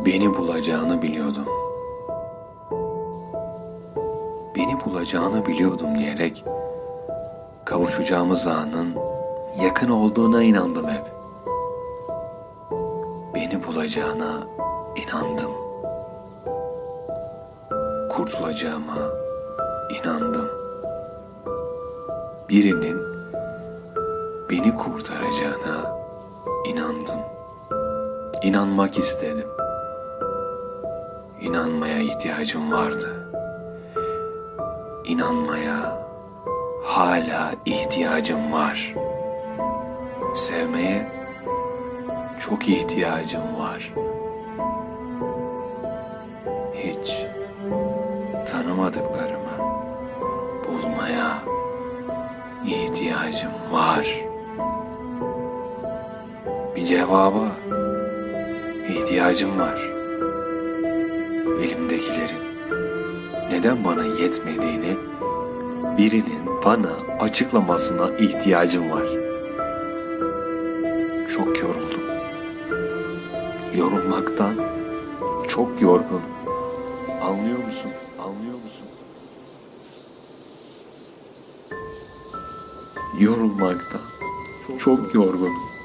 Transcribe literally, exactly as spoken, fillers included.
Beni bulacağını biliyordum. Beni bulacağını biliyordum diyerek kavuşacağımız anın yakın olduğuna inandım hep. Beni bulacağına inandım. Kurtulacağıma inandım. Birinin beni kurtaracağına inandım. İnanmak istedim. İnanmaya ihtiyacım vardı. İnanmaya hala ihtiyacım var. Sevmeye çok ihtiyacım var. Hiç tanımadıklarımı bulmaya ihtiyacım var. Bir cevaba ihtiyacım var. Elimdekilerin neden bana yetmediğini birinin bana açıklamasına ihtiyacım var. Çok yoruldum. Yorulmaktan çok yorgunum. Anlıyor musun? Anlıyor musun? Yorulmaktan çok yorgunum.